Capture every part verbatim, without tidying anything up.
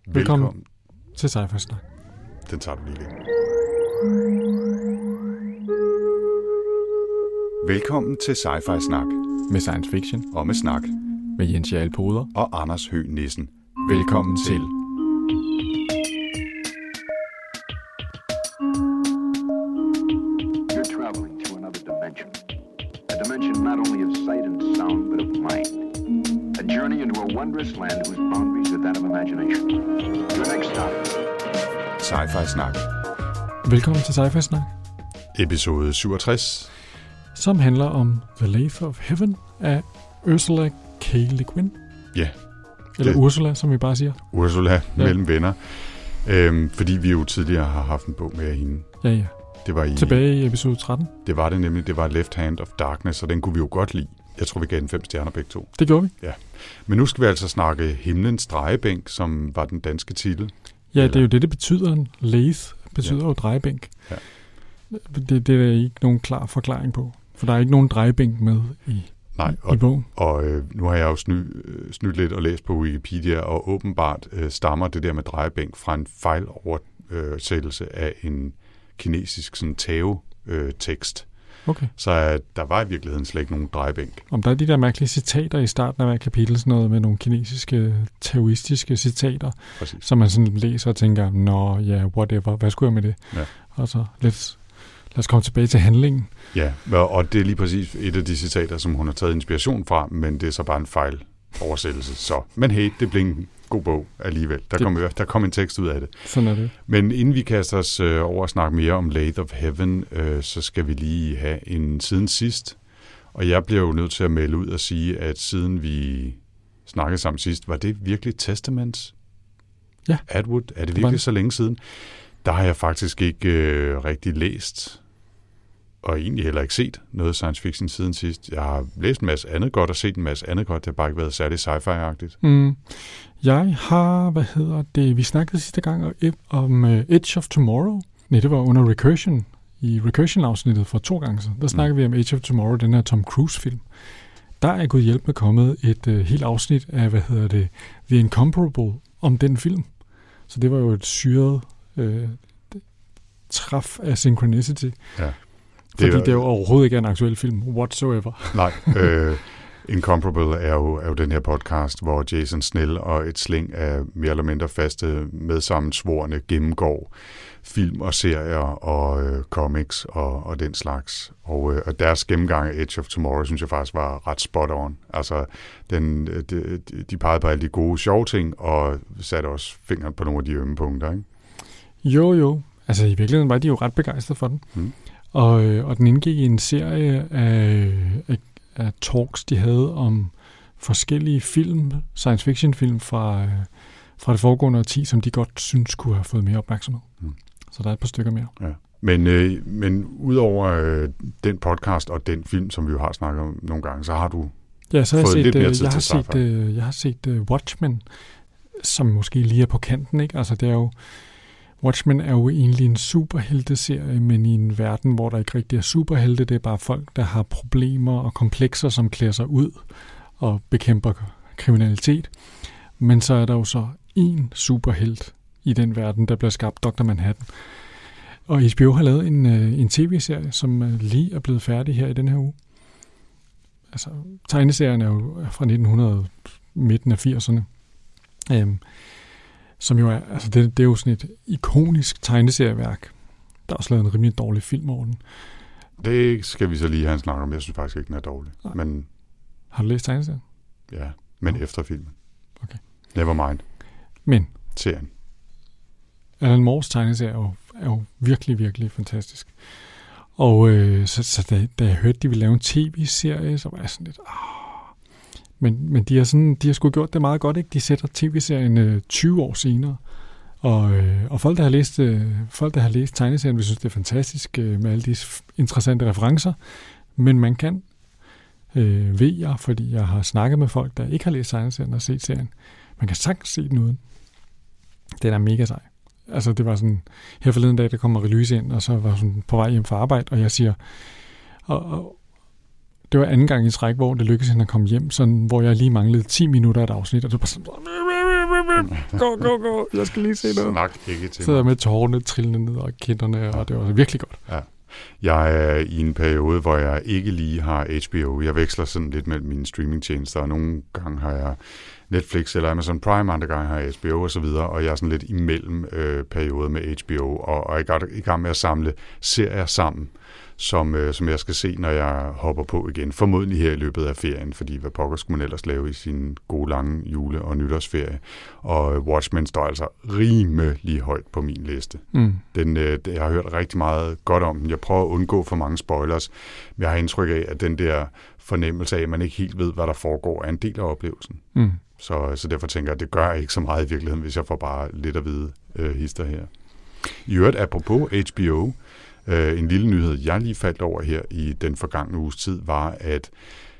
Velkommen, Velkommen til Sci-Fi Snak. Den tager du lige igen. Velkommen til Sci-Fi Snak. Med science fiction. Og med snak. Med Jens Jarl Poder. Og Anders Høgh Nissen. Velkommen, Velkommen til. til. You're traveling to another dimension. A dimension not only of sight and sound, but of mind. A journey into a wondrous land whose boundaries are that of imagination. Your next stop. Sci-Fi Snak. Velkommen til Sci-Fi Snak. Episode syvogtres. Som handler om The Lathe of Heaven af Ursula K. Le Guin. Ja. Eller det, Ursula, som vi bare siger. Ursula, ja. Mellem venner. Øhm, fordi vi jo tidligere har haft en bog med af hende. Ja, ja. Det var i, Tilbage i episode tretten. Det var det nemlig. Det var Left Hand of Darkness, og den kunne vi jo godt lide. Jeg tror, vi gav den fem stjerner begge to. Det gjorde vi. Ja. Men nu skal vi altså snakke Himlens Drejebænk, som var den danske titel. Ja, det er jo det, det betyder. Lathe betyder ja. jo drejebænk. Ja. Det, det er der ikke nogen klar forklaring på. For der er ikke nogen drejebænk med i, Nej, og, i bogen. Og øh, nu har jeg jo sny, øh, snydt lidt og læst på Wikipedia, og åbenbart øh, stammer det der med drejebænk fra en fejloversættelse øh, af en kinesisk sådan Tao-tekst. Okay. Så øh, der var i virkeligheden slet ikke nogen drejebænk. Om der er de der mærkelige citater i starten af hver kapitel, sådan noget med nogle kinesiske, taoistiske citater, Præcis. som man sådan læser og tænker, nå ja, whatever, hvad skulle jeg med det? Ja. Og så let's, lad os komme tilbage til handlingen. Ja, og det er lige præcis et af de citater, som hun har taget inspiration fra, men det er så bare en fejloversættelse. Så, men hey, det blev en god bog alligevel. Der, det, kom, der kom en tekst ud af det. Sådan er det. Men inden vi kaster os øh, over at snakke mere om Lathe of Heaven, øh, så skal vi lige have en siden sidst. Og jeg bliver jo nødt til at melde ud og sige, at siden vi snakkede sammen sidst, var det virkelig Testaments? Ja. Atwood? Er det virkelig det så længe siden? Der har jeg faktisk ikke øh, rigtig læst, og egentlig heller ikke set noget science fiction siden sidst. Jeg har læst en masse andet godt og set en masse andet godt. Det har bare ikke været særlig sci-fi-agtigt. Mm. Jeg har, hvad hedder det, vi snakkede sidste gang om uh, Edge of Tomorrow. Nej, det var under Recursion. I Recursion-afsnittet for to gange så. Der snakkede mm. vi om Edge of Tomorrow, den her Tom Cruise-film. Der er gået hjælp med kommet et uh, helt afsnit af, hvad hedder det, The Incomparable om den film. Så det var jo et syret uh, træf af synchronicity. Ja. Fordi det, det jo overhovedet ikke er en aktuel film, whatsoever. Nej, øh, Incomparable er jo, er jo den her podcast, hvor Jason Snell og et sling af mere eller mindre faste medsammensvorne gennemgår film og serier og øh, comics og, og den slags. Og, øh, og deres gennemgang af Edge of Tomorrow, synes jeg faktisk var ret spot on. Altså, den, de, de pegede på alle de gode, sjove ting, og satte også fingeren på nogle af de ømme punkter, ikke? Jo, jo. Altså, i virkeligheden var de jo ret begejstrede for den. Hmm. Og, og den indgik i en serie af, af, af talks, de havde om forskellige film, science fiction film fra, fra det foregående årti, som de godt synes kunne have fået mere opmærksomhed. Mm. Så der er et par stykker mere. Ja. Men, øh, men udover øh, den podcast og den film, som vi jo har snakket om nogle gange, så har du ja, så fået jeg set, lidt mere tid jeg har til set, øh, Jeg har set uh, Watchmen, som måske lige er på kanten, ikke? Altså det er jo Watchmen er jo egentlig en superhelteserie, men i en verden, hvor der ikke rigtig er superhelte. Det er bare folk, der har problemer og komplekser, som klæder sig ud og bekæmper kriminalitet. Men så er der jo så én superhelt i den verden, der bliver skabt, doktor Manhattan. Og H B O har lavet en, en tv-serie, som lige er blevet færdig her i den her uge. Altså, tegneserien er jo fra nitten hundrede, midten af firserne. Øhm, Som jo er, altså det, det er jo sådan et ikonisk tegneserieværk. Der er også lavet en rimelig dårlig film over den. Det skal vi så lige have en snak om. Jeg synes faktisk ikke, den er dårlig. Men, har du læst tegneserien? Ja, men ja. Efter filmen. Okay. Never mind. Men serien. Alan Moores tegneserie er jo, er jo virkelig, virkelig fantastisk. Og øh, så, så da, da jeg hørte, de ville lave en tv-serie, så var jeg sådan lidt... Åh. Men, men de har sådan, de har sgu gjort det meget godt, ikke? De sætter tv-serien øh, tyve år senere. Og, øh, og folk, der har læst, øh, folk, der har læst tegneserien, vil synes, det er fantastisk øh, med alle de interessante referencer. Men man kan, øh, ved jeg, fordi jeg har snakket med folk, der ikke har læst tegneserien og set serien, man kan sagtens se den uden. Den er mega sej. Altså, det var sådan, her forleden dag, der kommer Relyse ind, og så var sådan på vej hjem fra arbejde, og jeg siger, og, og det var anden gang i træk, hvor det lykkedes hende at komme hjem, sådan, hvor jeg lige manglede ti minutter af et afsnit, og det var bare sådan, Gå, gå, gå. Jeg skal lige se noget. Snak ikke til Sidder mig. med tårerne trillende ned og kinderne, og det var virkelig godt. Ja. Jeg er i en periode, hvor jeg ikke lige har H B O. Jeg veksler sådan lidt mellem mine streamingtjenester, og nogle gange har jeg Netflix eller Amazon Prime, andre gange har jeg H B O og så videre, og jeg er sådan lidt imellem øh, perioder med H B O, og, og jeg er i gang med at samle serier sammen, som, øh, som jeg skal se, når jeg hopper på igen. Formodentlig her i løbet af ferien, fordi hvad pokker skulle man ellers lave i sin gode lange jule- og nytårsferie. Og Watchmen står altså rimelig højt på min liste. Mm. Den, øh, jeg har hørt rigtig meget godt om den. Jeg prøver at undgå for mange spoilers, men jeg har indtryk af, at den der fornemmelse af, at man ikke helt ved, hvad der foregår, er en del af oplevelsen. Mm. Så, så derfor tænker jeg, at det gør ikke så meget i virkeligheden, hvis jeg får bare lidt at vide øh, hister her. I øvrigt, apropos H B O, øh, en lille nyhed, jeg lige faldt over her i den forgangne uges tid, var, at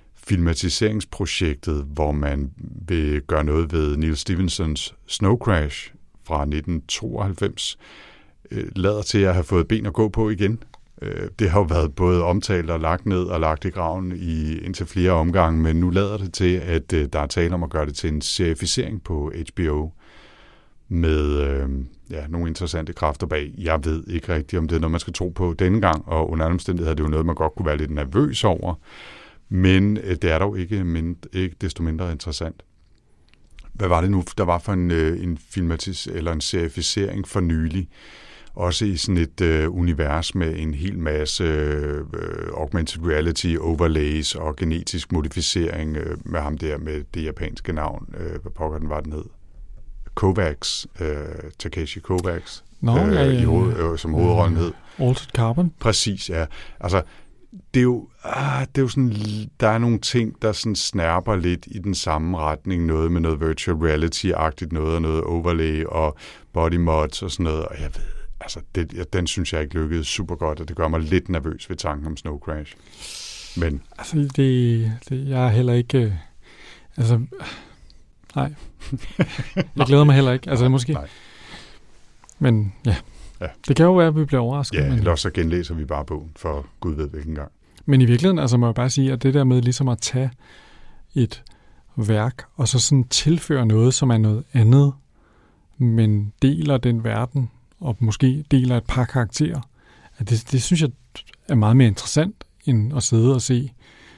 filmatiseringsprojektet, hvor man vil gøre noget ved Neil Stephensons Snow Crash fra nitten tooghalvfems, øh, lader til at have fået ben at gå på igen. Øh, det har jo været både omtalt og lagt ned og lagt i graven i indtil flere omgange, men nu lader det til, at øh, der er tale om at gøre det til en serificering på H B O med øh, ja, nogle interessante kræfter bag. Jeg ved ikke rigtigt, om det er noget, man skal tro på denne gang, og under andre omstændigheder er det jo noget, man godt kunne være lidt nervøs over, men øh, det er dog ikke, mind, ikke desto mindre interessant. Hvad var det nu, der var for en, øh, en filmatis eller en serificering for nylig? Også i sådan et øh, univers med en hel masse øh, augmented reality overlays og genetisk modificering øh, med ham der med det japanske navn. Øh, hvad pokker den var, den hed? Kovacs. Øh, Takeshi Kovacs. Nå, øh, ja, ja, i hoved, øh, som hovedrollen hed. Altered Carbon. Præcis, ja. Altså, det er jo, ah, det er jo sådan, der er nogle ting, der sådan snærper lidt i den samme retning. Noget med noget virtual reality-agtigt noget, og noget overlay og body mods og sådan noget. Og jeg ved, altså, det, den synes jeg ikke lykkedes super godt, og det gør mig lidt nervøs ved tanken om Snow Crash. Men... Altså, det, det jeg er heller ikke... Øh, altså, nej. Jeg glæder mig heller ikke. Altså, måske... Nej. Men ja. ja, det kan jo være, at vi bliver overrasket. Ja, men... eller så genlæser vi bare bogen, for Gud ved hvilken gang. Men i virkeligheden, altså må jeg bare sige, at det der med ligesom at tage et værk, og så sådan tilføre noget, som er noget andet, men deler den verden, og måske deler et par karakterer, at det, det synes jeg er meget mere interessant, end at sidde og se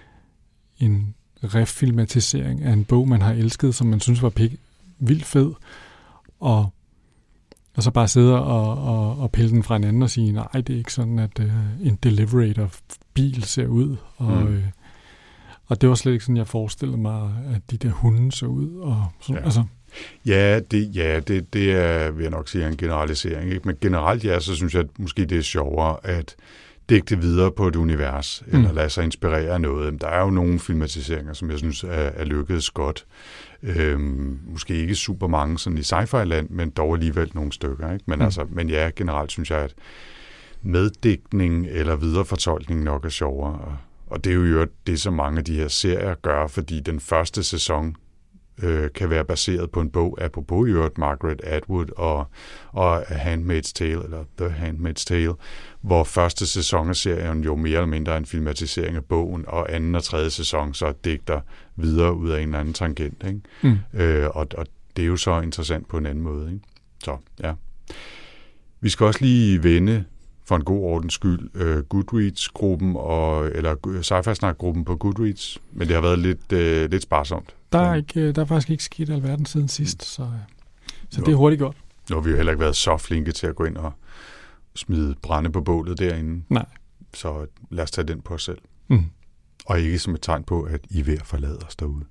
en refilmatisering af en bog, man har elsket, som man synes var pik- vildt fed, og, og så bare sidde og, og, og pille den fra en anden og sige, nej, det er ikke sådan, at uh, en Deliverator-bil ser ud, og, mm. øh, og det var slet ikke sådan, jeg forestillede mig, at de der hunde så ud, og sådan, ja. altså... Ja, det, ja det, det er, vil jeg nok sige, en generalisering. Ikke? Men generelt, ja, så synes jeg, at måske det er sjovere at digte videre på et univers, mm. eller lade sig inspirere af noget. Der er jo nogle filmatiseringer, som jeg synes er, er lykkedes godt. Øhm, måske ikke super mange sådan i sci-fi-land, men dog alligevel nogle stykker. Ikke? Men, mm. altså, men ja, generelt synes jeg, at meddigtning eller viderefortolkning nok er sjovere. Og, og det er jo det, som mange af de her serier gør, fordi den første sæson øh, kan være baseret på en bog, apropos i øvrigt Margaret Atwood og, og Handmaid's Tale, eller The Handmaid's Tale, hvor første sæson af serien jo mere eller mindre er en filmatisering af bogen, og anden og tredje sæson så digter videre ud af en eller anden tangent. Ikke? Mm. Øh, og, og det er jo så interessant på en anden måde. Ikke? Så, ja. Vi skal også lige vende for en god ordens skyld, uh, Goodreads-gruppen, og, eller Sci-Fi-Snak-gruppen på Goodreads, men det har været lidt, uh, lidt sparsomt. Der er, ikke, der er faktisk ikke sket alverden siden sidst, så, så det er hurtigt godt. Nu har vi jo heller ikke været så flinke til at gå ind og smide brænde på bålet derinde. Nej. Så lad os tage den på os selv. Mm. Og ikke som et tegn på, at I er ved at forlade os derude.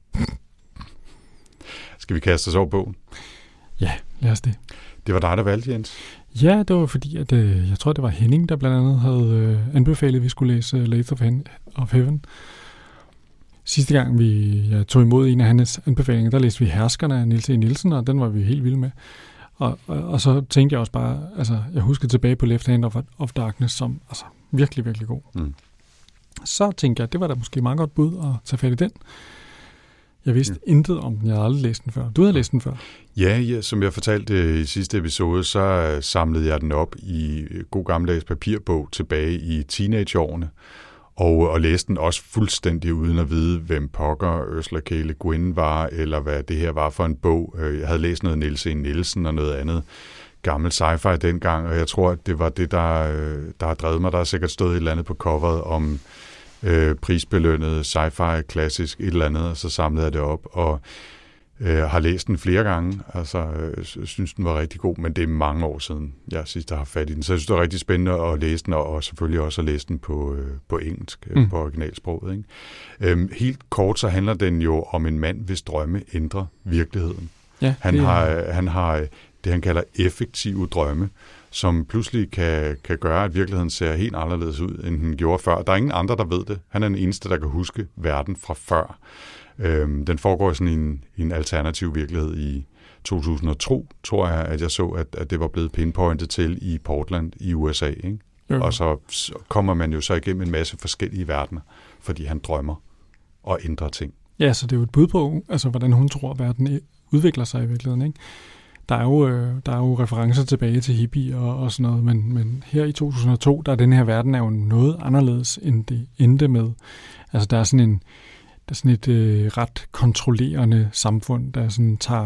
Skal vi kaste os over bogen? Ja, lad os det. Det var dig, der valgte, Jens. Ja, det var fordi, at øh, jeg tror, det var Henning, der blandt andet havde øh, anbefalet, at vi skulle læse uh, Lathe of, Hen- of Heaven. Sidste gang, vi jeg tog imod en af hans anbefalinger, der læste vi Herskerne af Niels E. Nielsen, og den var vi helt vilde med. Og, og, og så tænkte jeg også bare, altså, jeg husker tilbage på Left Hand of, of Darkness, som altså, virkelig, virkelig god. Mm. Så tænkte jeg, at det var da måske meget godt bud at tage fat i den. Jeg vidste mm. intet om den. Jeg havde aldrig læst den før. Du havde læst den før? Ja, ja, som jeg fortalte i sidste episode, så samlede jeg den op i god gammeldags papirbog tilbage i teenageårene. Og, og læste den også fuldstændig uden at vide, hvem pokker Ursula K. Le Guin var, eller hvad det her var for en bog. Jeg havde læst noget Niels E. Nielsen og noget andet gammel sci-fi dengang, og jeg tror, at det var det, der, der har drevet mig. Der har sikkert stået et eller andet på coveret om øh, prisbelønnet sci-fi, klassisk, et eller andet, og så samlede jeg det op, og øh, har læst den flere gange. Altså, øh, synes, den var rigtig god, men det er mange år siden, jeg sidst har fat i den. Så jeg synes, det er rigtig spændende at læse den, og selvfølgelig også at læse den på, øh, på engelsk, øh, mm. på originalsproget. Ikke? Øhm, helt kort, så handler den jo om en mand, hvis drømme ændrer virkeligheden. Ja, han, det... har, han har det, han kalder effektive drømme, som pludselig kan, kan gøre, at virkeligheden ser helt anderledes ud, end den gjorde før. Der er ingen andre, der ved det. Han er den eneste, der kan huske verden fra før. Øhm, den foregår sådan i en, i en alternativ virkelighed i to tusind og to, tror jeg, at jeg så, at, at det var blevet pinpointet til i Portland i U S A. Ikke? Mm. Og så, så kommer man jo så igennem en masse forskellige verdener, fordi han drømmer og ændrer ting. Ja, så det er jo et bud på, altså, hvordan hun tror, at verden udvikler sig i virkeligheden, ikke? Der er jo, øh, der er jo referencer tilbage til hippie og, og sådan noget, men, men her i to tusind og to, der er den her verden er jo noget anderledes, end det endte med. Altså der er sådan en, der er sådan et øh, ret kontrollerende samfund, der sådan tager,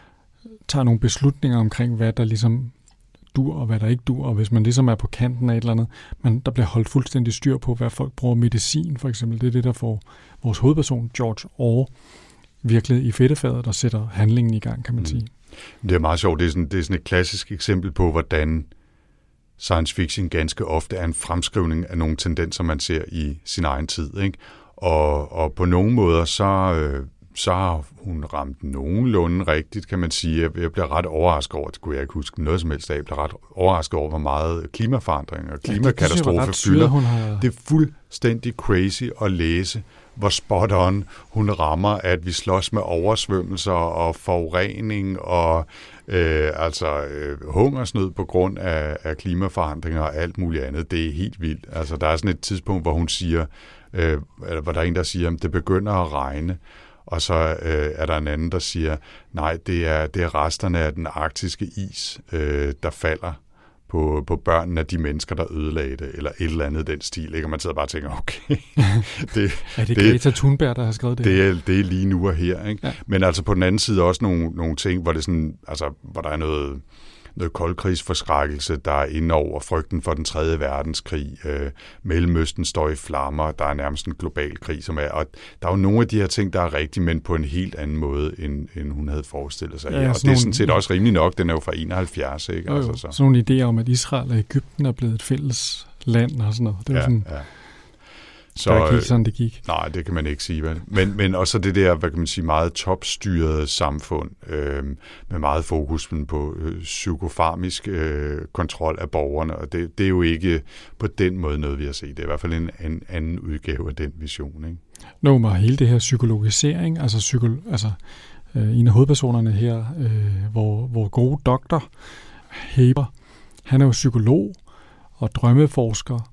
tager nogle beslutninger omkring, hvad der ligesom dur og hvad der ikke dur, og hvis man ligesom er på kanten af et eller andet, men der bliver holdt fuldstændig styr på, hvad folk bruger medicin, for eksempel. Det er det, der får vores hovedperson, George Orr, virkelig i fedtefadet, der sætter handlingen i gang, kan man mm. sige. Det er meget sjovt. Det er, sådan, det er sådan et klassisk eksempel på, hvordan science fiction ganske ofte er en fremskrivning af nogle tendenser, man ser i sin egen tid. Ikke? Og, og på nogle måder, så, øh, så har hun ramt nogenlunde rigtigt, kan man sige. Jeg bliver ret overrasket over, det kunne jeg ikke huske noget som helst af. Jeg bliver ret overrasket over, hvor meget klimaforandring og klimakatastrofe ja, det, det fylder. Har... Det er fuldstændig crazy at læse, hvor spot on hun rammer, at vi slås med oversvømmelser og forurening og øh, altså øh, hungersnød på grund af, af klimaforandringer og alt muligt andet. Det er helt vildt. Altså, der er sådan et tidspunkt, hvor hun siger, øh, eller hvor der er en, der siger, at det begynder at regne, og så øh, er der en anden, der siger, nej, det er, det er resterne af den arktiske is, øh, der falder på, på børnene af de mennesker, der ødelagde det, eller et eller andet den stil. Ikke? Og man sidder bare og tænker, okay. det, er det, det Greta Thunberg, der har skrevet det? Det er, det er lige nu og her. Ikke? Ja. Men altså på den anden side også nogle, nogle ting, hvor, det sådan, altså, hvor der er noget, noget koldkrigsforskrækkelse, der er inde over frygten for den tredje verdenskrig. Øh, Mellemøsten står i flammer, der er nærmest en global krig, som er, og der er jo nogle af de her ting, der er rigtige, men på en helt anden måde, end, end hun havde forestillet sig. Ja, ja, og det er sådan set også rimelig nok, den er jo fra enoghalvfjerds. Ikke? Jo, altså, så. Sådan nogle idéer om, at Israel og Egypten er blevet et fælles land og sådan noget. Det er ja, sådan... Ja. Så, det er ikke sådan, det gik. Nej, det kan man ikke sige. Men, men også det der, hvad kan man sige, meget topstyrede samfund, øh, med meget fokus på øh, psykofarmisk øh, kontrol af borgerne, og det, det er jo ikke på den måde noget, vi har set. Det er i hvert fald en, en anden udgave af den vision. Ikke? Nå, men hele det her psykologisering, altså, psyko, altså øh, en af hovedpersonerne her, øh, hvor, hvor gode doktor Haber, han er jo psykolog og drømmeforsker,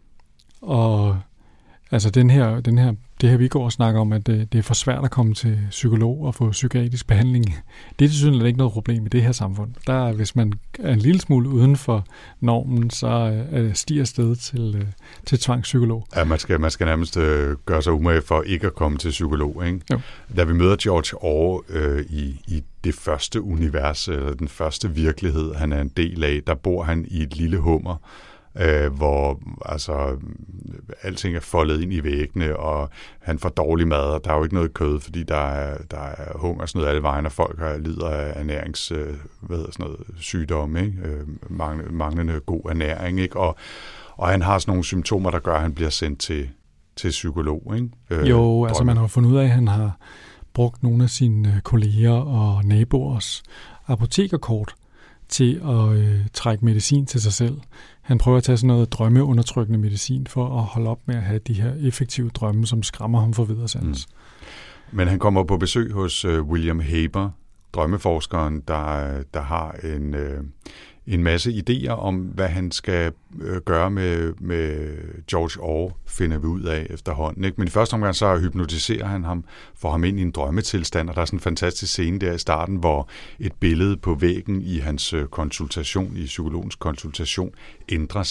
og altså den her, den her, det her vi går og snakker om, at det, det er for svært at komme til psykolog og få psykiatrisk behandling. Det er selvfølgelig ikke noget problem i det her samfund. Der, hvis man er en lille smule uden for normen, så uh, stiger stedet til, uh, til tvangspsykolog. Ja, man skal, man skal nærmest uh, gøre sig umage for ikke at komme til psykolog. Ikke? Jo. Da vi møder George Orr uh, i, i det første univers, eller den første virkelighed, han er en del af, der bor han i et lille hummer, Øh, hvor altså alting er foldet ind i væggene, og han får dårlig mad, og der er jo ikke noget kød, fordi der er, der er hungersnød alle vejen, og folk har lider af ernærings, øh, hvad hedder sådan noget, sygdomme, ikke? Øh, manglende, manglende god ernæring, ikke? Og, og han har sådan nogle symptomer, der gør, at han bliver sendt til, til psykolog, ikke? Øh, jo, drømme. Altså man har fundet ud af, at han har brugt nogle af sine kolleger og naboers apotekerkort til at øh, trække medicin til sig selv. Han prøver at tage sådan noget drømmeundertrykkende medicin for at holde op med at have de her effektive drømme, som skræmmer ham for videresendelse. Mm. Men han kommer på besøg hos øh, William Haber, drømmeforskeren, der, der har en, øh, en masse idéer om, hvad han skal øh, gøre med, med George Orr, finder vi ud af efterhånden. Ikke? Men i første omgang så hypnotiserer han ham, får ham ind i en drømmetilstand, og der er sådan en fantastisk scene der i starten, hvor et billede på væggen i hans konsultation, i psykologens konsultation, ændrer sig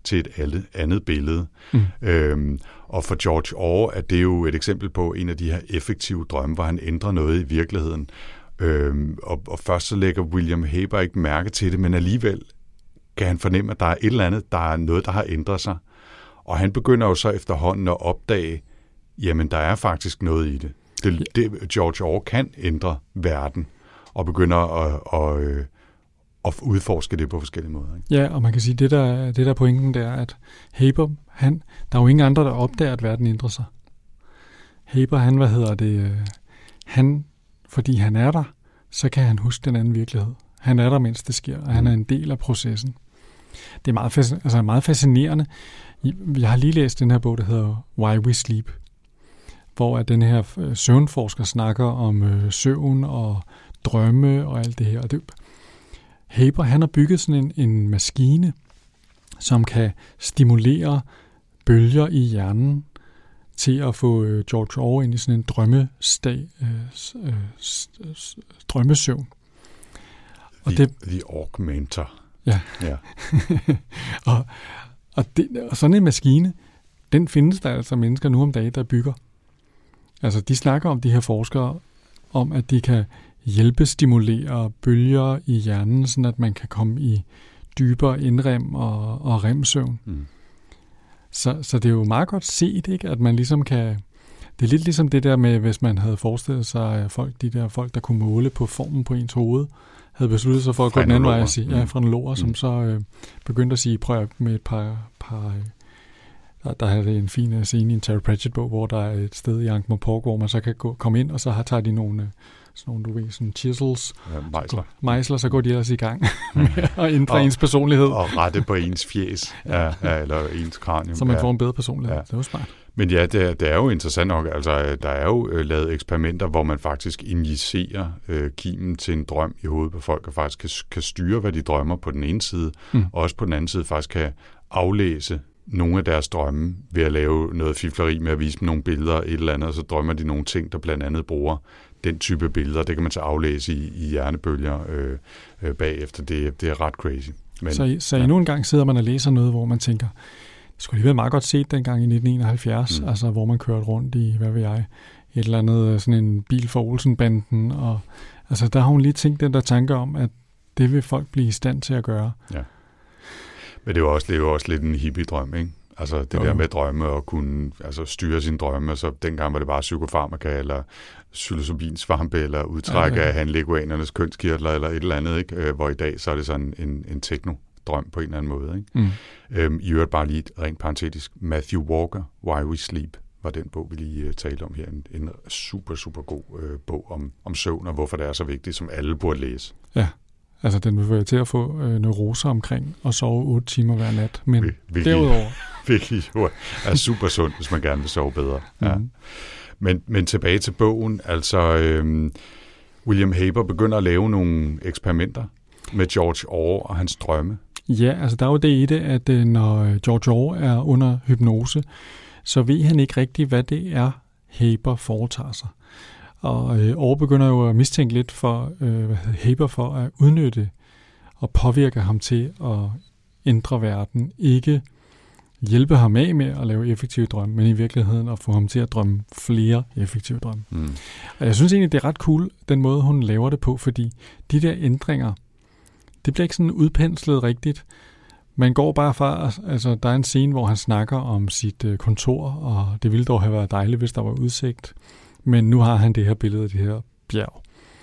til et andet billede. Mm. Øhm, og for George Orr er det jo et eksempel på en af de her effektive drømme, hvor han ændrer noget i virkeligheden. Øhm, og, og først så lægger William Haber ikke mærke til det, men alligevel kan han fornemme, at der er et eller andet, der er noget, der har ændret sig. Og han begynder jo så efterhånden at opdage, jamen der er faktisk noget i det. det, det George Orr kan ændre verden, og begynder at, at, at, at udforske det på forskellige måder. Ikke? Ja, og man kan sige, det der, det der pointen, det er, at Haber, han, der er jo ingen andre, der opdager, at verden ændrer sig. Haber, han, hvad hedder det, han, fordi han er der, så kan han huske den anden virkelighed. Han er der, mens det sker, og han er en del af processen. Det er meget, altså meget fascinerende. Jeg har lige læst den her bog, der hedder Why We Sleep, hvor at den her søvnforsker snakker om øh, søvn og drømme og alt det her. Og det, Haber, han har bygget sådan en, en maskine, som kan stimulere bølger i hjernen til at få øh, George Orr ind i sådan en drømmestag, øh, øh, drømmesøvn. Og the, det, the Augmenter. Ja. ja. og, og, det, og sådan en maskine, den findes der altså mennesker nu om dagen, der bygger. Altså, de snakker om, de her forskere, om at de kan hjælpe stimulere bølger i hjernen, sådan at man kan komme i dybere indrem og, og remsøvn. Mm. Så, så det er jo meget godt set, ikke, at man ligesom kan... Det er lidt ligesom det der med, hvis man havde forestillet sig, at folk, de der folk, der kunne måle på formen på ens hoved, havde besluttet sig for at gå den anden vej og sige, ja, frenologer, mm. som så øh, begyndte at sige, prøv med et par... par øh, der, der er en fin scene i en Terry Pratchett-bog, hvor der er et sted i Ankh-Morpork, hvor man så kan gå, komme ind, og så har, tager de nogle... sådan nogle, du ved, sådan chisels, ja, mejsler. mejsler, så går de ellers i gang med at ændre og, ens personlighed. Og rette på ens fjes, ja, ja, eller ens kranium. Så man ja. får en bedre personlighed. Ja. Det er jo smart. Men ja, det er, det er jo interessant nok. Altså, der er jo øh, lavet eksperimenter, hvor man faktisk injicerer øh, kimen til en drøm i hovedet på folk, og faktisk kan, kan styre, hvad de drømmer på den ene side, mm. og også på den anden side faktisk kan aflæse nogle af deres drømme ved at lave noget fifleri med at vise dem nogle billeder et eller andet, og så drømmer de nogle ting, der blandt andet bruger den type billeder. Det kan man så aflæse i, i hjernebølger øh, øh, bagefter. Det, det er ret crazy. Men, så så ja. endnu en gang sidder man og læser noget, hvor man tænker, det skulle alligevel meget godt set dengang i nitten enoghalvfjerds, mm. altså hvor man kørte rundt i, hvad ved jeg, et eller andet, sådan en bil for Olsenbanden, og altså der har hun lige tænkt den der tanke om, at det vil folk blive i stand til at gøre. Ja. Men det er jo også, det er jo også lidt en hippie-drøm, ikke? Altså det jo. der med drømme og kunne altså, styre sine drømme, så dengang var det bare psykofarmaka, eller psilocybinsvampe, eller udtræk ja, ja. af handleguanernes kønskirtler, eller et eller andet, ikke? Hvor i dag så er det sådan en, en techno-drøm på en eller anden måde, ikke? Mm. Øhm, I øvrigt bare lige rent parentetisk, Matthew Walker, Why We Sleep, var den bog, vi lige uh, talte om her. En, en super, super god uh, bog om, om søvn, og hvorfor det er så vigtigt, som alle burde læse. Ja. Altså, den vil være til at få øh, neuroser omkring og sove otte timer hver nat. Men Vil, derudover... Virkelig jo er super sundt, hvis man gerne vil sove bedre. Ja. Mm. Men, men tilbage til bogen. Altså, øh, William Haber begynder at lave nogle eksperimenter med George Orr og hans drømme. Ja, altså der er jo det i det, at øh, når George Orr er under hypnose, så ved han ikke rigtigt, hvad det er, Haber foretager sig. Og øh, Orr begynder jo at mistænke lidt for øh, hvad hedder, Haber for at udnytte og påvirke ham til at ændre verden. Ikke hjælpe ham af med at lave effektive drømme, men i virkeligheden at få ham til at drømme flere effektive drømme. Mm. Og jeg synes egentlig, det er ret cool, den måde, hun laver det på, fordi de der ændringer, det bliver ikke sådan udpenslet rigtigt. Man går bare fra, altså der er en scene, hvor han snakker om sit øh, kontor, og det ville dog have været dejligt, hvis der var udsigt. Men nu har han det her billede af det her bjerg.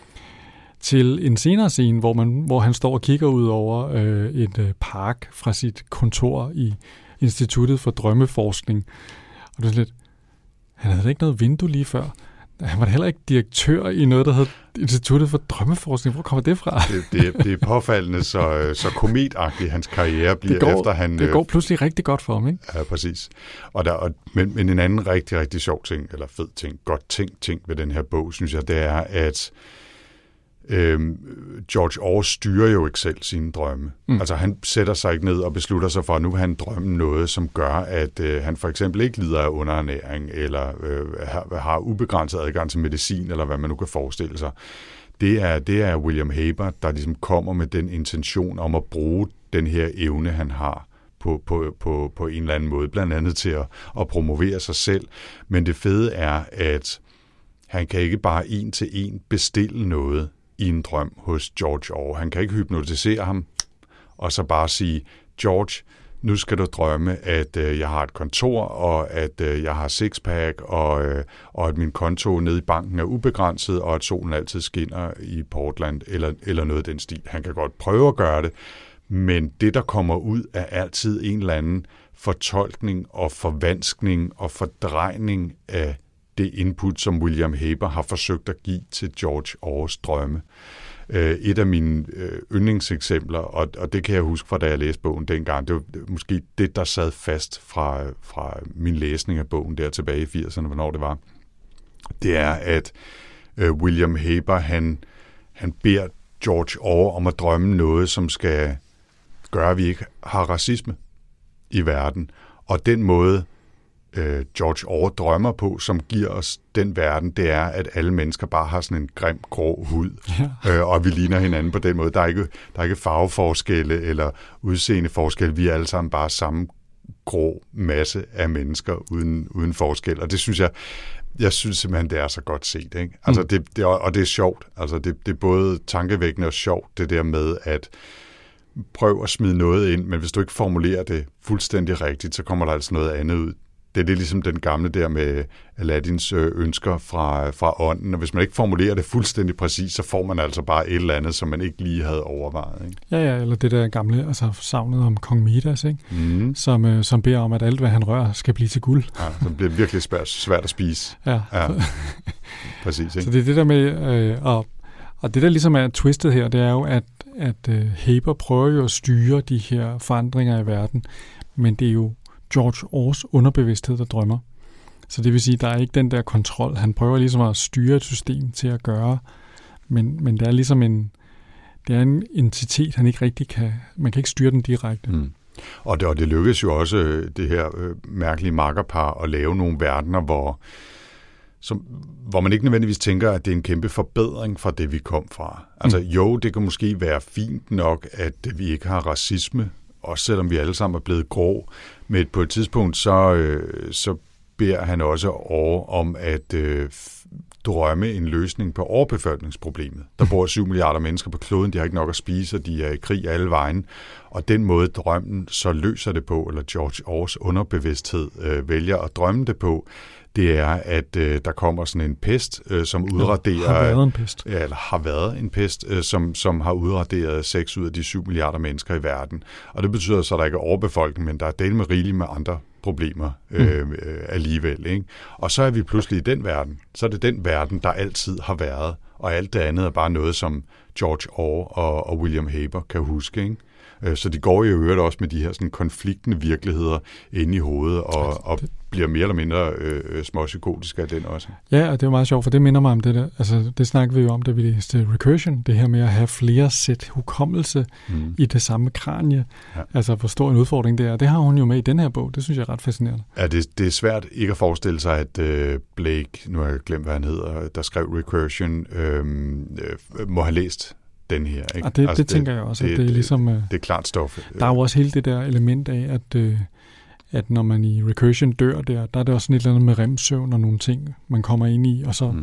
Til en senere scene, hvor, man, hvor han står og kigger ud over øh, et øh, park fra sit kontor i Instituttet for Drømmeforskning. Og det er lidt, han havde ikke noget vindue lige før. Han var heller ikke direktør i noget, der hed Instituttet for Drømmeforskning. Hvor kommer det fra? Det, det, det er påfaldende, så, så kometagtigt hans karriere bliver, det går, efter han... Det går pludselig rigtig godt for ham, ikke? Ja, præcis. Og der, og, men, men en anden rigtig, rigtig sjov ting, eller fed ting, godt ting, ting ved den her bog, synes jeg, det er, at øhm, George Orr styrer jo ikke selv sine drømme. Mm. Altså han sætter sig ikke ned og beslutter sig for, at nu vil han drømme noget, som gør, at øh, han for eksempel ikke lider af underernæring, eller øh, har, har ubegrænset adgang til medicin, eller hvad man nu kan forestille sig. Det er, det er William Haber, der ligesom kommer med den intention om at bruge den her evne, han har, på, på, på, på en eller anden måde, blandt andet til at, at promovere sig selv. Men det fede er, at han kan ikke bare en til en bestille noget i en drøm hos George Orr. Han kan ikke hypnotisere ham, og så bare sige, George, nu skal du drømme, at øh, jeg har et kontor, og at øh, jeg har sixpack, og, øh, og at min konto nede i banken er ubegrænset, og at solen altid skinner i Portland, eller, eller noget af den stil. Han kan godt prøve at gøre det, men det, der kommer ud, er altid en eller anden fortolkning og forvanskning og fordrejning af det input, som William Haber har forsøgt at give til George Orrs drømme. Et af mine yndlingseksempler, og det kan jeg huske fra, da jeg læste bogen dengang, det var måske det, der sad fast fra, fra min læsning af bogen der tilbage i firserne, hvornår det var, det er, at William Haber, han, han beder George Orr om at drømme noget, som skal gøre, at vi ikke har racisme i verden. Og den måde, George Orr drømmer på, som giver os den verden, det er, at alle mennesker bare har sådan en grim, grå hud, ja. øh, og vi ligner hinanden på den måde. Der er ikke, der er ikke farveforskelle eller udseendeforskelle. Vi er alle sammen bare samme grå masse af mennesker uden, uden forskel. Og det synes jeg, jeg synes simpelthen, det er så godt set. Ikke? Altså, mm. det, det, og det er sjovt. Altså, det, det er både tankevækkende og sjovt, det der med, at prøv at smide noget ind, men hvis du ikke formulerer det fuldstændig rigtigt, så kommer der altså noget andet ud. Det er det ligesom den gamle der med Aladdins ønsker fra, fra ånden, og hvis man ikke formulerer det fuldstændig præcis, så får man altså bare et eller andet, som man ikke lige havde overvejet. Ikke? Ja, ja, eller det der gamle, altså savnet om kong Midas, ikke? Mm. Som, øh, som beder om, at alt, hvad han rører, skal blive til guld. Ja, så bliver virkelig svært, svært at spise. Ja. Ja. Præcis, ikke? Så det er det der med, øh, og, og det der ligesom er twistet her, det er jo, at, at øh, Haber prøver jo at styre de her forandringer i verden, men det er jo George Orrs underbevidsthed, der drømmer. Så det vil sige, at der er ikke den der kontrol. Han prøver ligesom at styre et system til at gøre, men, men det er ligesom en, det er en entitet, han ikke rigtig kan, man kan ikke styre den direkte. Mm. Og, det, og det lykkes jo også, det her øh, mærkelige makkerpar, at lave nogle verdener, hvor, som, hvor man ikke nødvendigvis tænker, at det er en kæmpe forbedring fra det, vi kom fra. Altså mm. jo, det kan måske være fint nok, at vi ikke har racisme, også selvom vi alle sammen er blevet grå. Men på et tidspunkt, så, øh, så beder han også over om at øh, drømme en løsning på overbefolkningsproblemet. Der bor syv milliarder mennesker på kloden, de har ikke nok at spise, og de er i krig alle vejen. Og den måde drømmen så løser det på, eller George Orrs underbevidsthed øh, vælger at drømme det på, det er, at øh, der kommer sådan en pest, øh, som udraderer... Har været en pest. Ja, eller har været en pest, øh, som, som har udraderet seks ud af de syv milliarder mennesker i verden. Og det betyder så, at der ikke er overbefolkning, men der er del med rigeligt med andre problemer øh, mm. øh, alligevel. Ikke? Og så er vi pludselig i den verden. Så er det den verden, der altid har været. Og alt det andet er bare noget, som George Orr og, og William Haber kan huske, ikke? Så de går jo i øvrigt også med de her sådan konfliktende virkeligheder inde i hovedet, og, og bliver mere eller mindre øh, småpsykotiske af den også. Ja, og det er jo meget sjovt, for det minder mig om det der. Altså, det snakker vi jo om, da vi læste Recursion, det her med at have flere sæt hukommelse mm. i det samme kranie. Ja. Altså, hvor stor en udfordring det er. Det har hun jo med i den her bog. Det synes jeg er ret fascinerende. Ja, det, det er svært ikke at forestille sig, at øh, Blake, nu har jeg glemt, hvad han hedder, der skrev Recursion, øh, øh, må have læst den her, ikke? Og det, altså, det tænker jeg også, at det, det er ligesom... Det, det er klart stof. Der er jo også hele det der element af, at, at når man i Recursion dør der, der er det også sådan et eller andet med remsøvn og nogle ting, man kommer ind i, og så mm.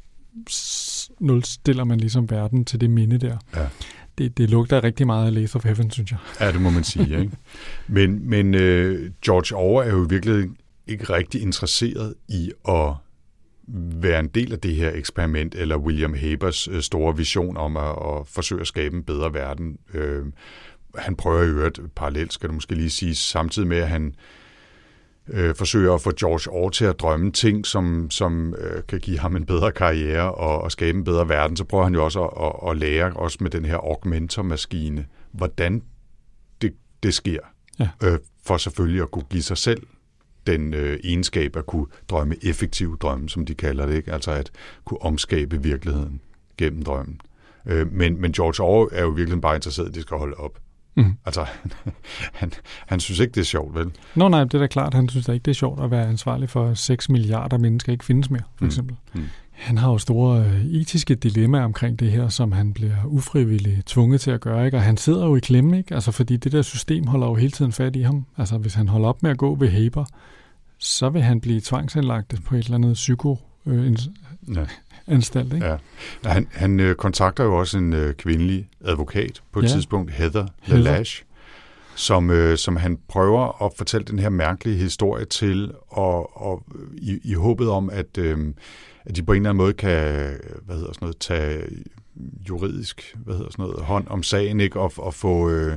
nulstiller man ligesom verden til det minde der. Ja. Det, det lugter rigtig meget af Lathe of Heaven, synes jeg. Ja, det må man sige, ikke? Men, men uh, George Orr er jo virkelig ikke rigtig interesseret i at være en del af det her eksperiment, eller William Habers øh, store vision om at, at forsøge at skabe en bedre verden. Øh, han prøver i øvrigt parallelt, skal det måske lige sige, samtidig med, at han øh, forsøger at få George Orr til at drømme ting, som, som øh, kan give ham en bedre karriere og, og skabe en bedre verden. Så prøver han jo også at, at, at lære, også med den her augmentor-maskine, hvordan det, det sker. Ja. Øh, for selvfølgelig at kunne give sig selv den øh, egenskab at kunne drømme effektiv drømme, som de kalder det, ikke? Altså at kunne omskabe virkeligheden gennem drømmen. Øh, men, men George Orr er jo virkelig bare interesseret, at de skal holde op. Mm. Altså, han, han synes ikke, det er sjovt, vel? Nå nej, det er da klart, han synes da ikke, det er sjovt at være ansvarlig for seks milliarder mennesker ikke findes mere, for eksempel. Mm. Mm. han har jo store øh, etiske dilemmaer omkring det her, som han bliver ufrivilligt tvunget til at gøre, ikke? Og han sidder jo i klemme, ikke? Altså, fordi det der system holder jo hele tiden fat i ham. Altså, hvis han holder op med at gå ved Haber, så vil han blive tvangsindlagt på et eller andet psyko øh, ja. anstalt, ikke? Ja. Han, han øh, kontakter jo også en øh, kvindelig advokat på et ja. tidspunkt, Heather Lalache, som, øh, som han prøver at fortælle den her mærkelige historie til, og, og i, i håbet om, at, øh, at de på en eller anden måde kan hvad hedder sådan noget, tage juridisk hvad hedder sådan noget, hånd om sagen, ikke? Og, og få... Øh...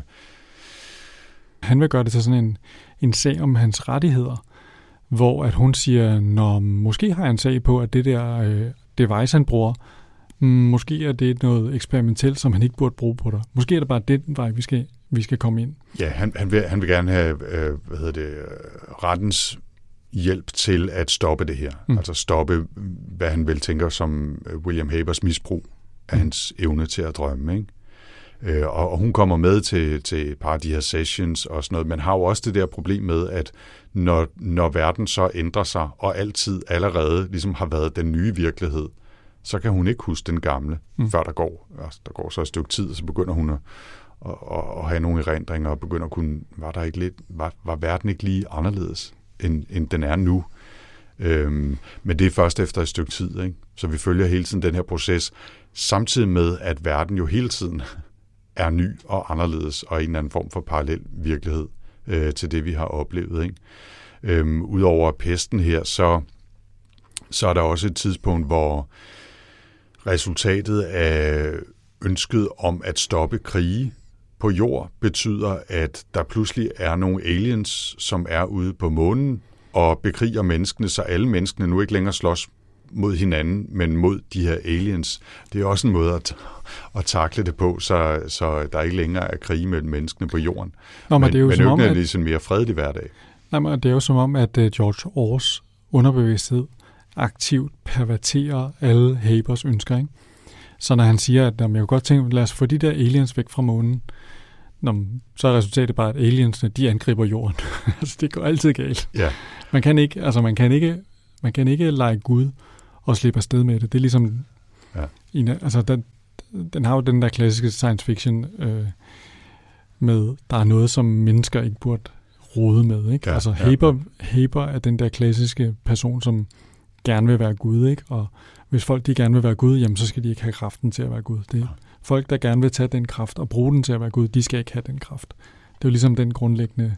Han vil gøre det til sådan en, en sag om hans rettigheder, hvor at hun siger, når måske har jeg en sag på, at det der øh, device, han bruger, måske er det noget eksperimentelt, som han ikke burde bruge på dig. Måske er det bare den vej, vi skal, vi skal komme ind. Ja, han, han, vil, han vil gerne have øh, hvad hedder det, rettens hjælp til at stoppe det her. Mm. Altså stoppe, hvad han vel tænker som William Habers misbrug af mm. hans evne til at drømme, ikke? Øh, og, og hun kommer med til, til et par af de her sessions og sådan noget, men har jo også det der problem med, at når, når verden så ændrer sig, og altid allerede ligesom har været den nye virkelighed, så kan hun ikke huske den gamle, mm. før der går. Altså, der går så et stykke tid, og så begynder hun at, at, at, at have nogle erindringer, og begynder at kunne, var der ikke lidt, var, var verden ikke lige anderledes, end, end den er nu? Øhm, men det er først efter et stykke tid, ikke? Så vi følger hele tiden den her proces, samtidig med, at verden jo hele tiden er ny og anderledes, og en eller anden form for parallel virkelighed øh, til det, vi har oplevet, ikke? Øhm, Udover pesten her, så, så er der også et tidspunkt, hvor resultatet af ønsket om at stoppe krige på jord betyder, at der pludselig er nogle aliens, som er ude på månen og bekriger menneskene, så alle menneskene nu ikke længere slås mod hinanden, men mod de her aliens. Det er også en måde at, at takle det på, så, så der ikke længere er krige mellem menneskene på jorden. Nå, men, men det er jo men som om, at ligesom mere fredelig hverdag. Nej, men det er jo som om, at George Orwells underbevidsthed aktivt perverterer alle Habers ønsker, ikke? Så når han siger, at jeg kunne godt tænke, lad os få de der aliens væk fra månen, så er resultatet bare, at aliensene, de angriber jorden. Altså, det går altid galt. Ja. Man kan ikke, altså man kan ikke, man kan ikke lege Gud og slippe afsted med det. Det er ligesom, ja. en, altså den, den har jo den der klassiske science fiction øh, med, der er noget, som mennesker ikke burde rode med, ikke? Ja, altså Haber, ja. Haber er den der klassiske person, som gerne vil være Gud, ikke? Og hvis folk de gerne vil være Gud, jamen så skal de ikke have kraften til at være Gud. Det er folk, der gerne vil tage den kraft og bruge den til at være Gud, de skal ikke have den kraft. Det er jo ligesom den grundlæggende,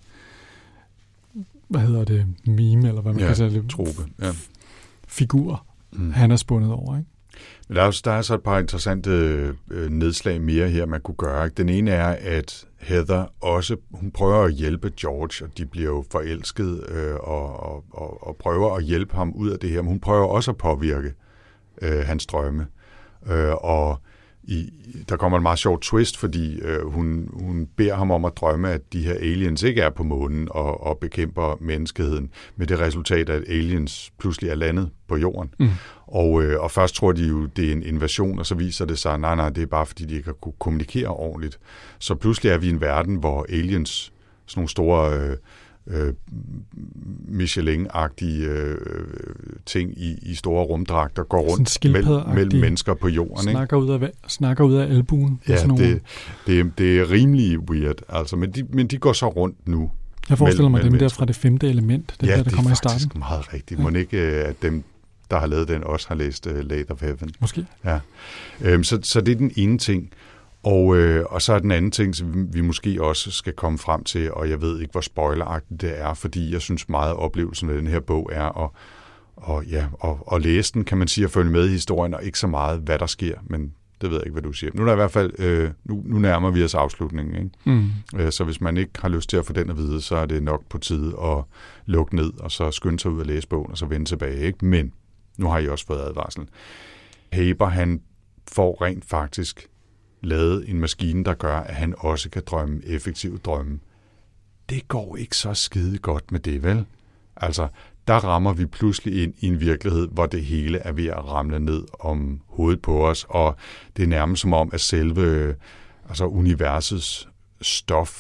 hvad hedder det, meme, eller hvad man ja, kan sige, trope, ja. figur, mm. han er spundet over, ikke? Men der er, der er så et par interessante øh, nedslag mere her, man kunne gøre, ikke? Den ene er, at Heather også, hun prøver at hjælpe George, og de bliver jo forelsket øh, og, og, og, og prøver at hjælpe ham ud af det her, men hun prøver også at påvirke øh, hans drømme. Øh, og i, der kommer en meget sjov twist, fordi øh, hun, hun beder ham om at drømme, at de her aliens ikke er på månen og, og bekæmper menneskeheden, med det resultat, at aliens pludselig er landet på jorden. Mm. Og, øh, og først tror de jo, det er en invasion, og så viser det sig, nej, nej, det er bare fordi, de ikke kan kunne kommunikere ordentligt. Så pludselig er vi i en verden, hvor aliens, sådan nogle store øh, øh, Michelin-agtige øh, ting i, i store rumdragter går rundt mellem, mellem mennesker på jorden. Snakker ud af, snakker ud af albuen. Ja, det, det, det er rimelig weird, altså, men, de, men de går så rundt nu. Jeg forestiller mig dem der fra det femte element, det ja, der, der kommer i starten. Ja, det er faktisk meget rigtigt. Ja. Må ikke, at dem, der har lavet den, også har læst uh, Late of Heaven. Måske. Ja. Øhm, så, så det er den ene ting. Og, øh, og så er den anden ting, som vi måske også skal komme frem til, og jeg ved ikke, hvor spoileragtigt det er, fordi jeg synes meget, at oplevelsen med den her bog er at, og, ja, at, at læse den, kan man sige, at følge med i historien, og ikke så meget, hvad der sker, men det ved jeg ikke, hvad du siger. Nu er der i hvert fald, øh, nu, nu nærmer vi os afslutningen, ikke? Mm. Øh, så hvis man ikke har lyst til at få den at vide, så er det nok på tide at lukke ned, og så skynde sig ud og læse bogen, og så vende tilbage, ikke? Men nu har I også fået advarsel. Haber, han får rent faktisk lavet en maskine, der gør, at han også kan drømme effektive drømme. Det går ikke så skide godt med det, vel? Altså, der rammer vi pludselig ind i en virkelighed, hvor det hele er ved at ramle ned om hovedet på os, og det er nærmest som om, at selve altså universets stof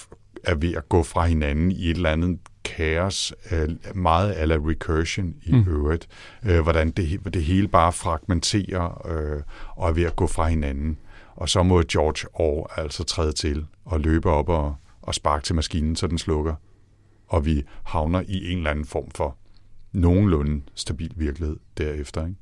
er ved at gå fra hinanden i et eller andet kaos, meget a la Recursion i mm. øvrigt, øh, hvordan det, det hele bare fragmenterer øh, og er ved at gå fra hinanden. Og så må George Orr altså træde til og løbe op og, og sparke til maskinen, så den slukker. Og vi havner i en eller anden form for nogenlunde stabil virkelighed derefter, ikke?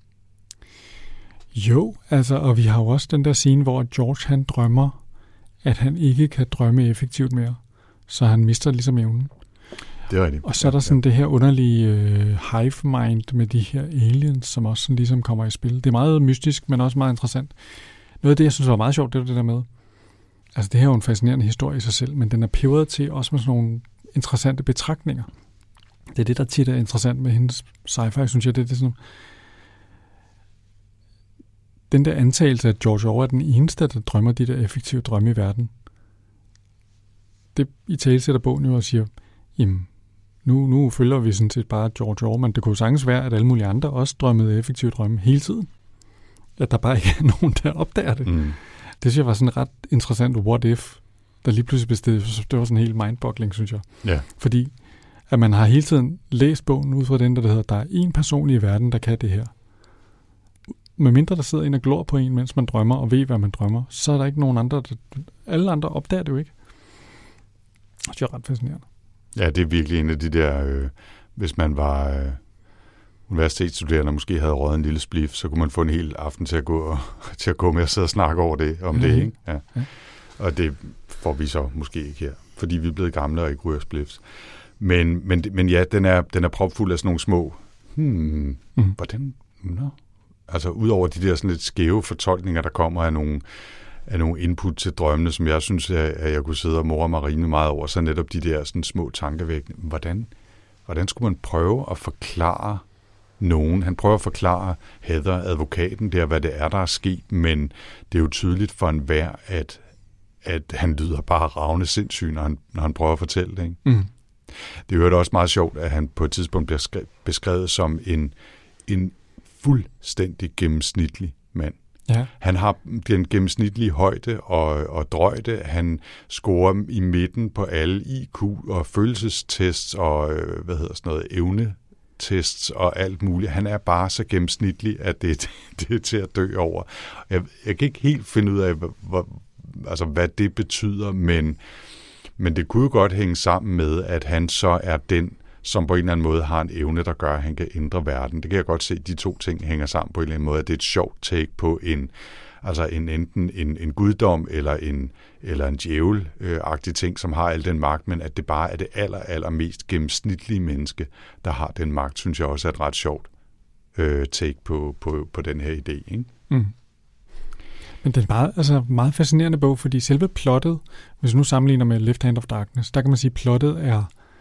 Jo, altså, og vi har jo også den der scene, hvor George han drømmer, at han ikke kan drømme effektivt mere. Så han mister ligesom evnen. Det er rigtigt. Og så er der sådan ja. det her underlige øh, hive mind med de her aliens, som også sådan ligesom kommer i spil. Det er meget mystisk, men også meget interessant. Noget af det, jeg synes var meget sjovt, det var det der med, altså det her er jo en fascinerende historie i sig selv, men den er peberet til også med sådan nogle interessante betragtninger. Det er det, der tit er interessant med hendes sci-fi, synes jeg. Det, det er sådan, den der antagelse, at George Orr er den eneste, der drømmer de der effektive drømme i verden. Det i tale sætter bogen jo og siger, jamen, nu, nu følger vi sådan set bare George Orr, men det kunne sagtens være, at alle mulige andre også drømmede effektive drømme hele tiden. At der bare ikke er nogen, der opdager det. Mm. Det synes jeg var sådan en ret interessant what if, der lige pludselig bestod. Det var sådan en helt mindboggling, synes jeg. Ja. Fordi at man har hele tiden læst bogen ud fra den, der hedder, der er en person i verden, der kan det her. Med mindre der sidder en og glor på en, mens man drømmer, og ved, hvad man drømmer, så er der ikke nogen andre, der, alle andre opdager det jo ikke. Det er ret fascinerende. Ja, det er virkelig en af de der, øh, hvis man var øh, universitetsstuderende og måske havde røget en lille spliff, så kunne man få en hel aften til at gå, og, til at gå med og sidde og snakke over det, om mm-hmm. det, ikke? Ja. Ja. Og det får vi så måske ikke her, fordi vi er blevet gamle og ikke ryger spliffs. Men, men, men ja, den er, den er propfuld af sådan nogle små, hmm, mm. hvordan, no? Altså udover de der sådan lidt skæve fortolkninger, der kommer af nogle, af nogle input til drømmene, som jeg synes, at jeg kunne sidde og more mig rimelig meget over, så netop de der sådan små tankevækkende. Hvordan, hvordan skulle man prøve at forklare nogen? Han prøver at forklare Heather, advokaten, der, hvad det er, der er sket, men det er jo tydeligt for enhver, at, at han lyder bare ravne sindssyg, når han, når han prøver at fortælle det, ikke? Mm. Det er jo også meget sjovt, at han på et tidspunkt bliver beskrevet som en, en fuldstændig gennemsnitlig mand. Ja. Han har den gennemsnitlige højde og, og drøjde. Han scorer i midten på alle I Q og følelsestests og hvad hedder sådan noget, evnetests og alt muligt. Han er bare så gennemsnitlig, at det, det er til at dø over. Jeg, jeg kan ikke helt finde ud af, hvor, altså, hvad det betyder, men, men det kunne jo godt hænge sammen med, at han så er den, som på en eller anden måde har en evne, der gør, at han kan ændre verden. Det kan jeg godt se, at de to ting hænger sammen på en eller anden måde, at det er et sjovt take på en, altså en, enten en, en guddom eller en, eller en djævel-agtig ting, som har al den magt, men at det bare er det aller, aller mest gennemsnitlige menneske, der har den magt, synes jeg også er et ret sjovt øh, take på, på, på den her idé, ikke? Mm. Men det er meget, altså meget fascinerende bog, fordi selve plottet, hvis du nu sammenligner med Left Hand of Darkness, der kan man sige, at plottet er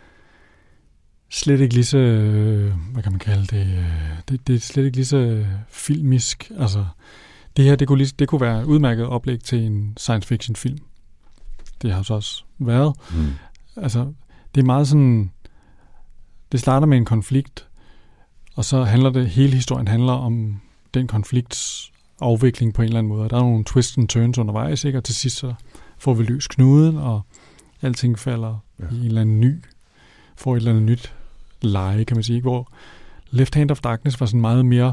slet ikke lige så, hvad kan man kalde det, det, det er slet ikke lige så filmisk. Altså, det her, det kunne, lige, det kunne være et udmærket oplæg til en science fiction film. Det har så også været. Mm. Altså, det er meget sådan, det starter med en konflikt, og så handler det, hele historien handler om den konflikts afvikling på en eller anden måde. Der er nogle twists and turns undervejs, ikke? Og til sidst så får vi løs knuden, og alting falder ja. i en eller anden ny, får et eller andet nyt leje, kan man sige, hvor Left Hand of Darkness var sådan meget mere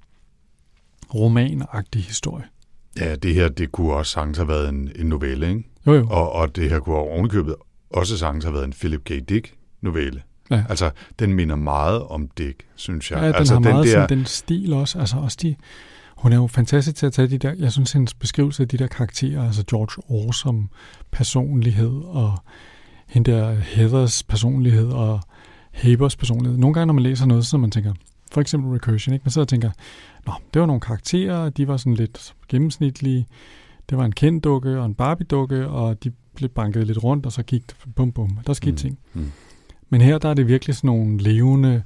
romanagtig historie. Ja, det her, det kunne også sagtens have været en, en novelle, ikke? Jo, jo. Og, og det her kunne ovenikøbet også sagtens have været en Philip K. Dick novelle. Ja. Altså, den minder meget om Dick, synes jeg. Ja, den altså, har den meget der... sådan, den stil også. Altså, også de, hun er jo fantastisk til at tage de der, jeg synes, hendes beskrivelse af de der karakterer, altså George Orr som personlighed, og hende der Heathers personlighed, og Habers personlighed. Nogle gange, når man læser noget, så man tænker, for eksempel Recursion, ikke? Man sidder og tænker, nå, det var nogle karakterer, de var sådan lidt gennemsnitlige, det var en Ken-dukke og en Barbie-dukke, og de blev banket lidt rundt, og så gik det bum bum. Der skete mm. ting. Mm. Men her, der er det virkelig sådan nogle levende,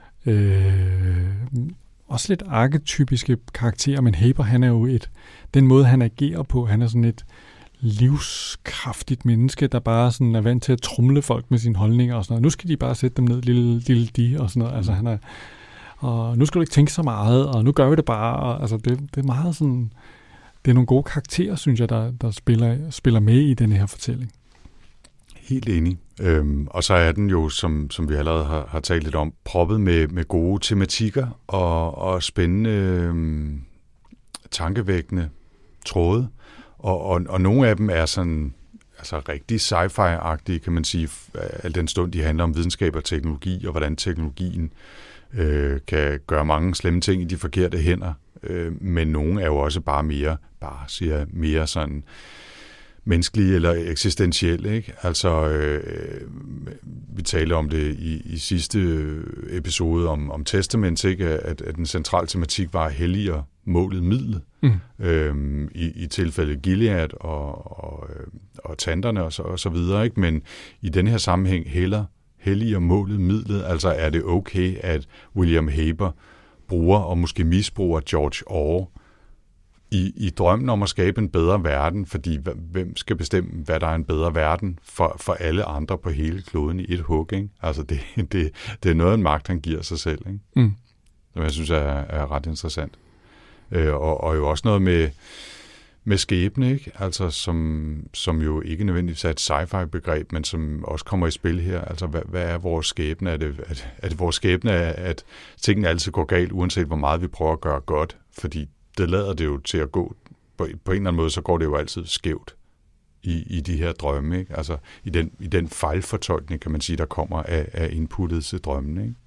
øh, også lidt arketypiske karakterer, men Haber, han er jo et, den måde, han agerer på, han er sådan et livskraftigt menneske, der bare sådan er vant til at tromle folk med sine holdninger og sådan noget. Nu skal de bare sætte dem ned, lille, lille de, og sådan noget. Altså, han er, og nu skal du ikke tænke så meget, og nu gør vi det bare. Og, altså, det, det er meget sådan, det er nogle gode karakterer, synes jeg, der, der spiller, spiller med i den her fortælling. Helt enig. Øhm, og så er den jo, som, som vi allerede har, har talt lidt om, proppet med, med gode tematikker og, og spændende, øhm, tankevækkende tråde. Og, og, og nogle af dem er sådan altså rigtig sci-fi-agtige, kan man sige, al den stund de handler om videnskab og teknologi, og hvordan teknologien øh, kan gøre mange slemme ting i de forkerte hænder. Øh, men nogle er jo også bare mere, bare siger mere sådan menneskelige eller eksistentielle, ikke? Altså, øh, vi talte om det i, i sidste episode om, om Testament, ikke? At, at den centrale tematik var helliger målet midlet. Mm. Øhm, i, i tilfælde Gilead og, og, og tanterne og så, og så videre, ikke? Men i den her sammenhæng heller helliger målet midlet, altså er det okay, at William Haber bruger og måske misbruger George Orwell i, i drømmen om at skabe en bedre verden, fordi hvem skal bestemme, hvad der er en bedre verden for, for alle andre på hele kloden i et hug, ikke? Altså det, det, det er noget af en magt, han giver sig selv, ikke? Mm. Som jeg synes er, er ret interessant. Øh, og, og jo også noget med, med skæbne, ikke? Altså som, som jo ikke nødvendigvis er et sci-fi-begreb, men som også kommer i spil her. Altså hvad, hvad er vores skæbne? Er det, at, er det vores skæbne, at tingene altid går galt, uanset hvor meget vi prøver at gøre godt? Fordi det lader det jo til at gå. På, på en eller anden måde, så går det jo altid skævt i, i de her drømme, ikke? Altså i den, i den fejlfortolkning, kan man sige, der kommer af, af inputtet til drømmen, ikke?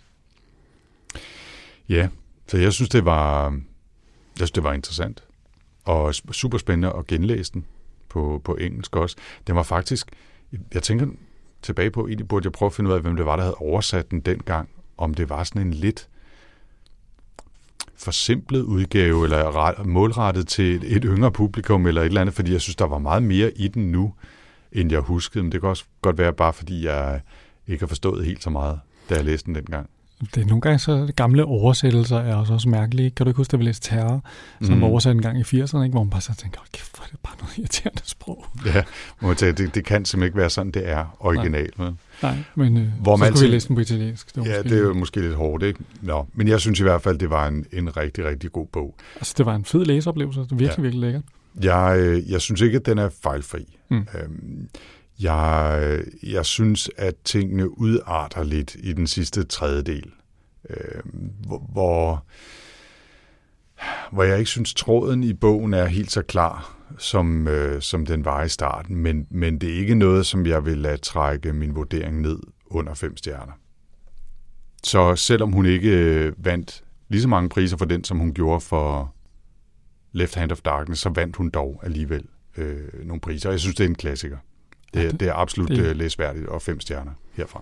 Ja, så jeg synes, det var... Jeg synes, det var interessant, og super spændende at genlæse den på, på engelsk også. Den var faktisk, jeg tænker tilbage på, egentlig burde jeg prøve at finde ud af, hvem det var, der havde oversat den dengang, om det var sådan en lidt forsimplet udgave, eller målrettet til et, et yngre publikum, eller et eller andet, fordi jeg synes, der var meget mere i den nu, end jeg huskede. Men det kan også godt være, bare fordi jeg ikke har forstået helt så meget, da jeg læste den dengang. Det er nogle gange så gamle oversættelser er også, også mærkelige. Kan du ikke huske, at vi læste Terror, som mm. var oversat en gang i firserne, ikke? Hvor man bare så tænker, okay, hvor er det bare noget irriterende sprog. Ja, må man tage, det, det kan simpelthen ikke være sådan, det er originalt. Nej, Nej men øh, hvor så skulle altid... vi læse den på italiensk. Det ja, det er jo måske lidt hårdt, ikke? Nå, men jeg synes i hvert fald, det var en, en rigtig, rigtig god bog. Altså, det var en fed læseoplevelse. Det er virkelig, ja. virkelig lækkert. Jeg, jeg synes ikke, at den er fejlfri. Mm. Øhm, jeg, jeg synes, at tingene udarter lidt i den sidste tredjedel. Øh, hvor, hvor jeg ikke synes, tråden i bogen er helt så klar, som, øh, som den var i starten, men, men det er ikke noget, som jeg vil lade trække min vurdering ned under fem stjerner. Så selvom hun ikke øh, vandt lige så mange priser for den, som hun gjorde for Left Hand of Darkness, så vandt hun dog alligevel øh, nogle priser, og jeg synes, det er en klassiker. Det, ja, det, det er absolut det... Øh, læsværdigt, og fem stjerner herfra.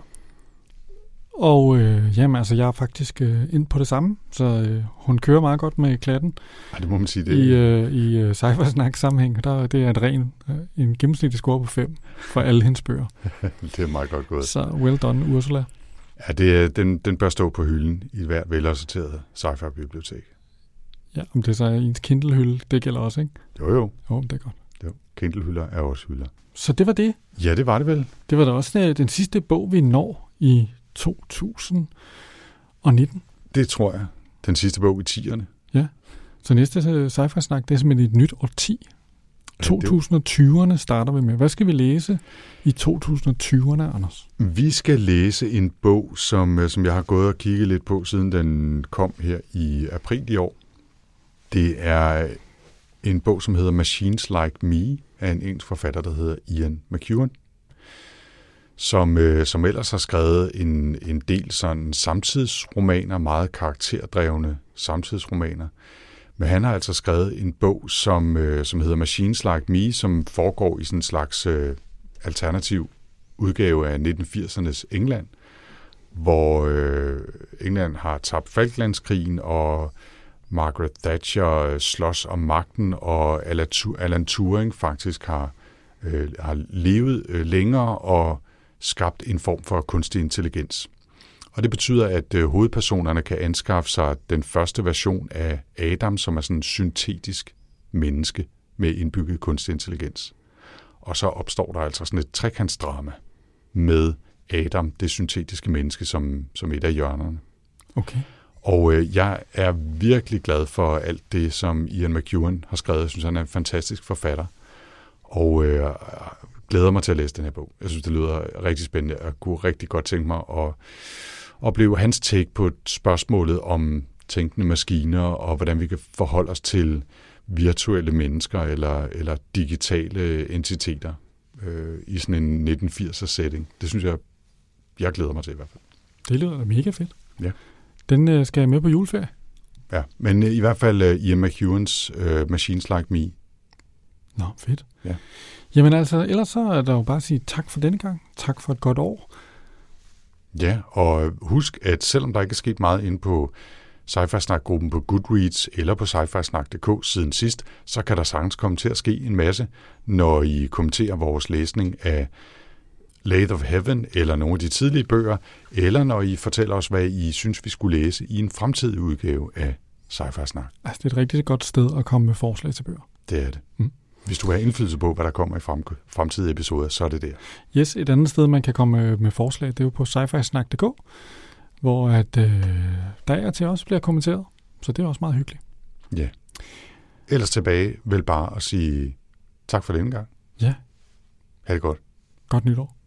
Og øh, jamen, altså, jeg er faktisk øh, ind på det samme, så øh, hun kører meget godt med klatten. Ja, det må man sige. Det. I, øh, i øh, Cyphersnak-sammenhæng, der det er et ren, øh, en gennemsnitlig score på fem for alle hendes bøger. Det er meget godt gået. Så well done, Ursula. Ja, det, den, den bør stå på hylden i hvert velassorteret sci-fi-bibliotek. Ja, om det så er ens Kindle-hylde, det gælder også, ikke? Jo, jo. Jo, det er godt. Jo, Kindle-hylder er også hylder. Så det var det? Ja, det var det vel. Det var da også den, den sidste bog, vi når i to tusind nitten. Det tror jeg. Den sidste bog i tierne. Ja. Så næste Cyphersnak, det er simpelthen et nyt årti. to tusind tyverne starter vi med. Hvad skal vi læse i to tusind tyverne, Anders? Vi skal læse en bog, som, som jeg har gået og kigget lidt på, siden den kom her i april i år. Det er en bog, som hedder Machines Like Me, af en engelsk forfatter, der hedder Ian McEwan, som, øh, som ellers har skrevet en, en del sådan samtidsromaner, meget karakterdrevne samtidsromaner. Men han har altså skrevet en bog, som, øh, som hedder Machines Like Me, som foregår i sådan en slags øh, alternativ udgave af nitten firsernes England, hvor øh, England har tabt Falklandskrigen, og Margaret Thatcher slås om magten, og Alan Turing faktisk har, øh, har levet øh, længere og skabt en form for kunstig intelligens. Og det betyder, at øh, hovedpersonerne kan anskaffe sig den første version af Adam, som er sådan en syntetisk menneske med indbygget kunstig intelligens. Og så opstår der altså sådan et trekantsdrama med Adam, det syntetiske menneske, som, som et af hjørnerne. Okay. Og øh, jeg er virkelig glad for alt det, som Ian McEwan har skrevet. Jeg synes, han er en fantastisk forfatter. Og øh, glæder mig til at læse den her bog. Jeg synes, det lyder rigtig spændende. Jeg kunne rigtig godt tænke mig at opleve hans take på spørgsmålet om tænkende maskiner, og hvordan vi kan forholde os til virtuelle mennesker eller, eller digitale entiteter øh, i sådan en nitten firserne setting. Det synes jeg, jeg glæder mig til i hvert fald. Det lyder da mega fedt. Ja. Den øh, skal jeg med på juleferie. Ja, men øh, i hvert fald øh, Ian McEwans øh, Machines Like Me. Nå, fedt. Ja. Jamen altså, ellers så er der jo bare at sige tak for denne gang. Tak for et godt år. Ja, og husk, at selvom der ikke er sket meget inde på Sci-Fi Snak-gruppen på Goodreads eller på sci fi snak punktum d k siden sidst, så kan der sagtens komme til at ske en masse, når I kommenterer vores læsning af Lathe of Heaven eller nogle af de tidlige bøger, eller når I fortæller os, hvad I synes, vi skulle læse i en fremtidig udgave af Sci-Fi Snak. Altså, det er et rigtig godt sted at komme med forslag til bøger. Det er det. Mm. Hvis du vil have indflydelse på, hvad der kommer i fremtidige episoder, så er det der. Yes, et andet sted, man kan komme med forslag, det er jo på sci fi snak punktum d k, hvor at, øh, der er til også bliver kommenteret. Så det er også meget hyggeligt. Ja. Ellers tilbage vel bare at sige tak for denne gang. Ja. Ha' det godt. Godt nytår.